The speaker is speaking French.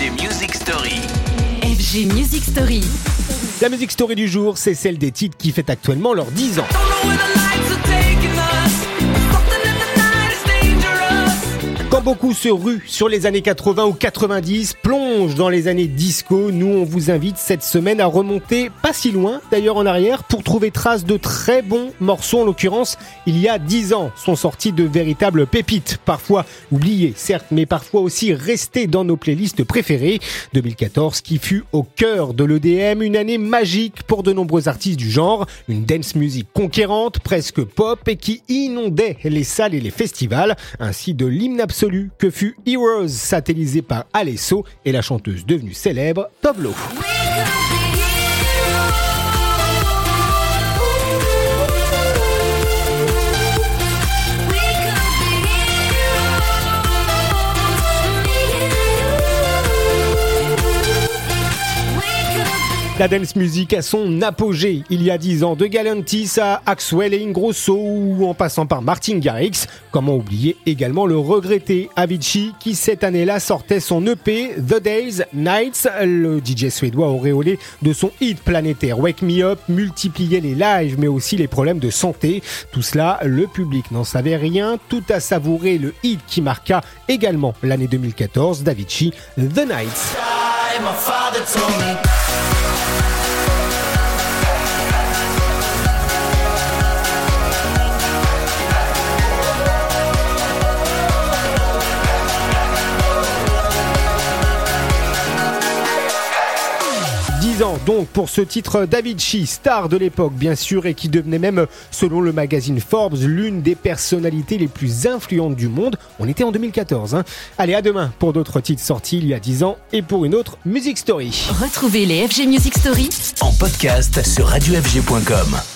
FG Music Story. FG Music Story. La Music Story du jour, c'est celle des titres qui fêtent actuellement leurs 10 ans. Quand beaucoup se ruent sur les années 80 ou 90, plongent dans les années disco, nous on vous invite cette semaine à remonter pas si loin d'ailleurs en arrière pour trouver trace de très bons morceaux. En l'occurrence, il y a 10 ans sont sortis de véritables pépites, parfois oubliées certes, mais parfois aussi restées dans nos playlists préférées. 2014 qui fut au cœur de l'EDM, une année magique pour de nombreux artistes du genre, une dance music conquérante, presque pop et qui inondait les salles et les festivals, ainsi de l'hymne absolu que fut Heroes, satellisé par Alesso et la chanteuse devenue célèbre Tove Lo. La dance music à son apogée il y a 10 ans, de Galantis à Axwell et Ingrosso ou en passant par Martin Garrix. Comment oublier également le regretté Avicii qui cette année-là sortait son EP The Days Nights. Le DJ suédois auréolé de son hit planétaire Wake Me Up multipliait les lives mais aussi les problèmes de santé. Tout cela, le public n'en savait rien, tout à savourer le hit qui marqua également l'année 2014 d'Avicii, The Nights. 10 ans donc pour ce titre d'Avicii, star de l'époque bien sûr et qui devenait même, selon le magazine Forbes, l'une des personnalités les plus influentes du monde. On était en 2014. Allez, à demain pour d'autres titres sortis il y a 10 ans et pour une autre Music Story. Retrouvez les FG Music Story En podcast sur radiofg.com.